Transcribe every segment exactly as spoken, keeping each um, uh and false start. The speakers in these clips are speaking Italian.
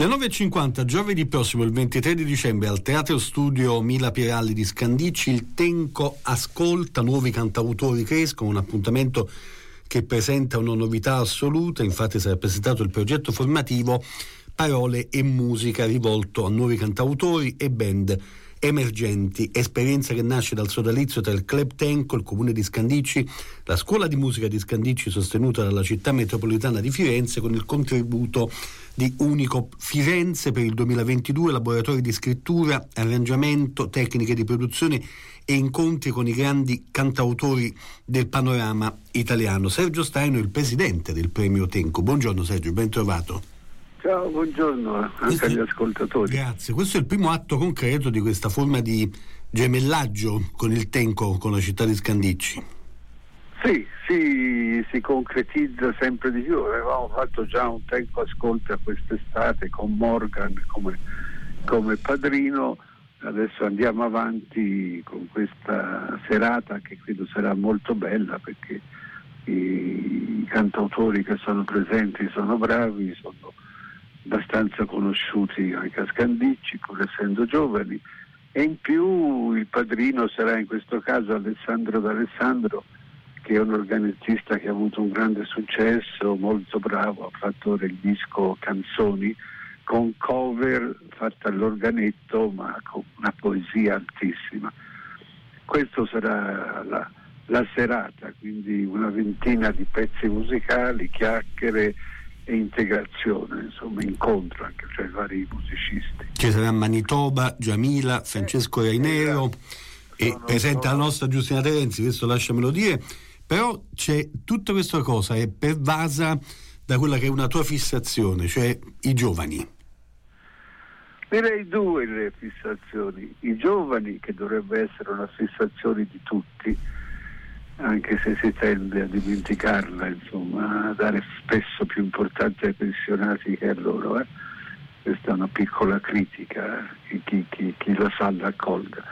alle nove e cinquanta giovedì prossimo, il ventitré di dicembre, al Teatro Studio Mila Piralli di Scandicci, il Tenco ascolta, nuovi cantautori crescono, un appuntamento che presenta una novità assoluta. Infatti sarà presentato il progetto formativo Parole e Musica, rivolto a nuovi cantautori e band emergenti, esperienza che nasce dal sodalizio tra il Club Tenco, il comune di Scandicci, la scuola di musica di Scandicci, sostenuta dalla città metropolitana di Firenze, con il contributo di Unico Firenze per il duemilaventidue, laboratori di scrittura, arrangiamento, tecniche di produzione e incontri con i grandi cantautori del panorama italiano. Sergio Staino è il presidente del premio Tenco. Buongiorno Sergio, ben trovato. Ciao, buongiorno anche Questo agli è... ascoltatori. Grazie. Questo è il primo atto concreto di questa forma di gemellaggio con il Tenco, con la città di Scandicci. Sì, sì, si concretizza sempre di più. Avevamo fatto già un Tenco Ascolta quest'estate con Morgan come, come padrino. Adesso andiamo avanti con questa serata che credo sarà molto bella, perché i cantautori che sono presenti sono bravi, sono abbastanza conosciuti anche a Scandicci, pur essendo giovani, e in più il padrino sarà in questo caso Alessandro D'Alessandro, che è un organizzista che ha avuto un grande successo, molto bravo, ha fatto il disco Canzoni con cover fatta all'organetto ma con una poesia altissima. Questo sarà la, la serata, quindi una ventina di pezzi musicali, chiacchiere e integrazione, insomma incontro anche tra i vari musicisti. Ci sarà Manitoba, Giamila, Francesco Rainero eh, e sono, presenta sono... la nostra Giustina Terenzi, questo lasciamelo dire, però c'è tutta questa cosa, è pervasa da quella che è una tua fissazione, cioè i giovani. Direi due le fissazioni, i giovani, che dovrebbe essere una fissazione di tutti, anche se si tende a dimenticarla, insomma, a dare spesso più importanza ai pensionati che a loro. Eh. Questa è una piccola critica, eh, chi, chi, chi lo sa l'accolga.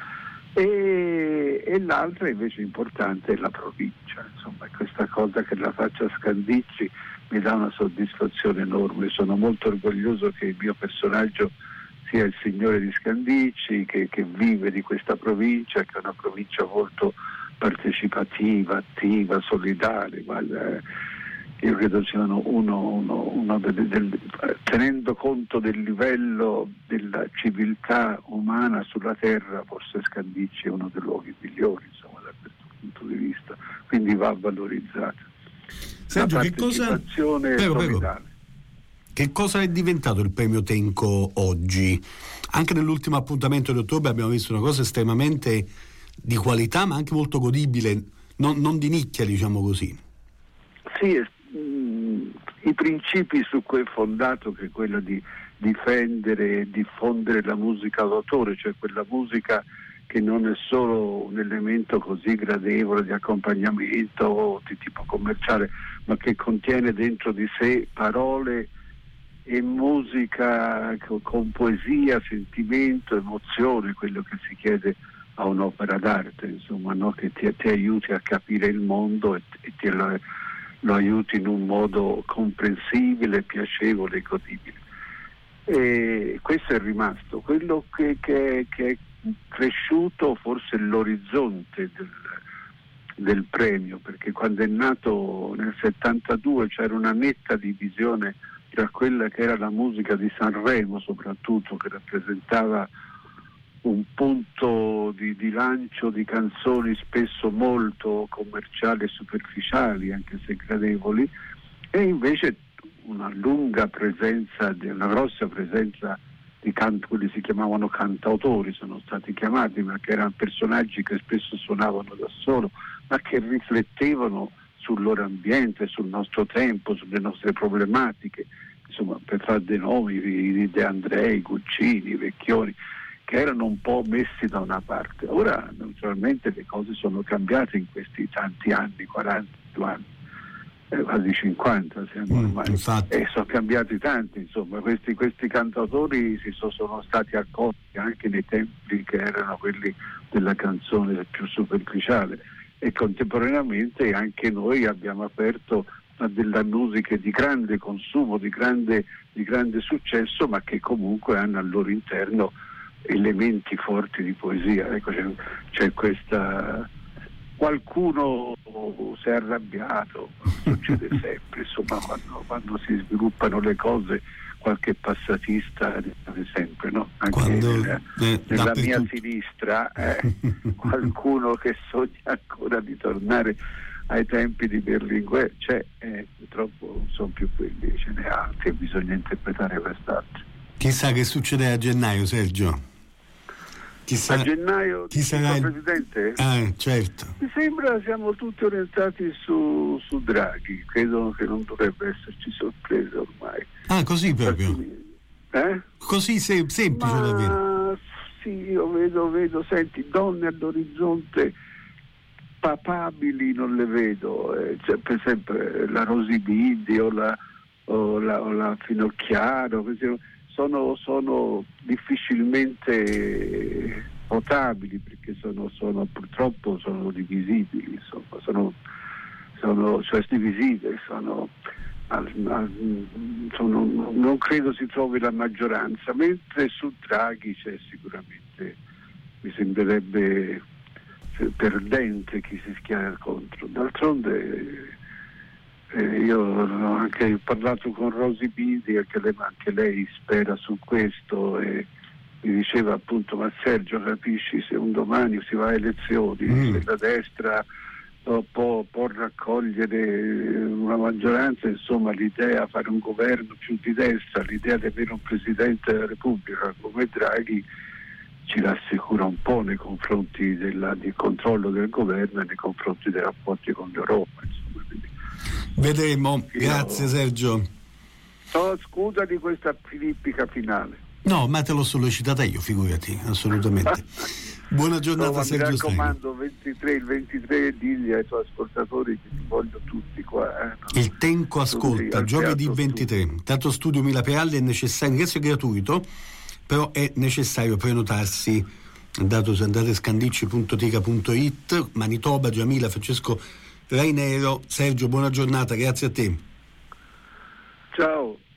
E, e l'altra invece importante è la provincia, insomma, questa cosa che la faccia a Scandicci mi dà una soddisfazione enorme. Sono molto orgoglioso che il mio personaggio sia il signore di Scandicci, che, che vive di questa provincia, che è una provincia molto partecipativa, attiva, solidale, ma eh, io credo siano uno, uno, uno del, del, tenendo conto del livello della civiltà umana sulla terra, forse Scandicci è uno dei luoghi migliori, insomma, da questo punto di vista, quindi va valorizzata. Sergio, la che cosa... partecipazione prego, solidale. prego. Che cosa è diventato il premio Tenco oggi? Anche nell'ultimo appuntamento di ottobre abbiamo visto una cosa estremamente di qualità, ma anche molto godibile, non, non di nicchia, diciamo così. Sì, mh, i principi su cui è fondato, che è quello di difendere e diffondere la musica d'autore, cioè quella musica che non è solo un elemento così gradevole di accompagnamento o di tipo commerciale, ma che contiene dentro di sé parole e musica con poesia, sentimento, emozione, quello che si chiede a un'opera d'arte, insomma, no? Che ti, ti aiuti a capire il mondo e, e ti lo, lo aiuti in un modo comprensibile, piacevole e godibile. E questo è rimasto. Quello che, che, che è cresciuto forse è l'orizzonte del, del premio, perché quando è nato nel settantadue c'era una netta divisione tra quella che era la musica di Sanremo, soprattutto, che rappresentava un punto di, di lancio di canzoni spesso molto commerciali e superficiali, anche se gradevoli, e invece una lunga presenza, una grossa presenza di canti, quelli si chiamavano cantautori, sono stati chiamati, ma che erano personaggi che spesso suonavano da solo, ma che riflettevano sul loro ambiente, sul nostro tempo, sulle nostre problematiche, insomma, per fare dei nomi, di De Andrei, Guccini, Vecchioni, che erano un po' messi da una parte. Ora naturalmente le cose sono cambiate in questi tanti anni, quaranta anni, eh, quasi cinquanta siamo ormai, mm, e sono cambiati tanti, insomma, questi, questi cantautori si so, sono stati accolti anche nei tempi che erano quelli della canzone più superficiale, e contemporaneamente anche noi abbiamo aperto ma della musica di grande consumo, di grande, di grande successo, ma che comunque hanno al loro interno elementi forti di poesia. Ecco, c'è, c'è questa... Qualcuno si è arrabbiato, succede sempre, insomma, quando, quando si sviluppano le cose, qualche passatista rimane sempre, no? Anche quando, nella, eh, nella mia sinistra eh, qualcuno che sogna ancora di tornare ai tempi di Berlinguer c'è, eh, purtroppo non sono più quelli, ce n'è altri e bisogna interpretare quest'altro. Chissà che succede a gennaio, Sergio. Chi sarà, a gennaio chi sarà il presidente? Ah, certo. Mi sembra siamo tutti orientati su, su Draghi, credo che non dovrebbe esserci sorprese ormai. Ah, così proprio? Eh? Così sem- semplice Ma, davvero? Sì, io vedo, vedo, senti, donne all'orizzonte papabili non le vedo, eh, c'è per esempio la Rosy Bindi o la, o la, o la Finocchiaro, sono, sono difficilmente votabili perché sono, sono purtroppo sono divisibili, insomma, sono, sono cioè divisibili, sono, sono, non credo si trovi la maggioranza, mentre su Draghi c'è sicuramente, mi sembrerebbe perdente chi si schiera contro. D'altronde eh, io ho anche parlato con Rosy Bindi, anche lei, anche lei spera su questo e mi diceva appunto: ma Sergio, capisci, se un domani si va a elezioni, mm. se la destra oh, può, può raccogliere una maggioranza, insomma l'idea di fare un governo più di destra, l'idea di avere un Presidente della Repubblica come Draghi ci rassicura un po' nei confronti della, del controllo del governo e nei confronti dei rapporti con l'Europa, insomma. Quindi, vedremo. Grazie io... Sergio. So, scusa di questa filippica finale. No, ma te l'ho sollecitata io, figurati, assolutamente. Buona giornata, no, Sergio. Mi raccomando, ventitré, il ventitré, digli ai tuoi ascoltatori che ti voglio tutti qua. Eh, no? Il Tenco ascolta, giovedì ventitré. Tanto Studio Mila Peralli è necessario, ingresso è gratuito, però è necessario prenotarsi. Dato se andate a scandicci punto tica punto it, Manitoba, Giamila, Francesco Rainero. Sergio, buona giornata, grazie a te. Ciao.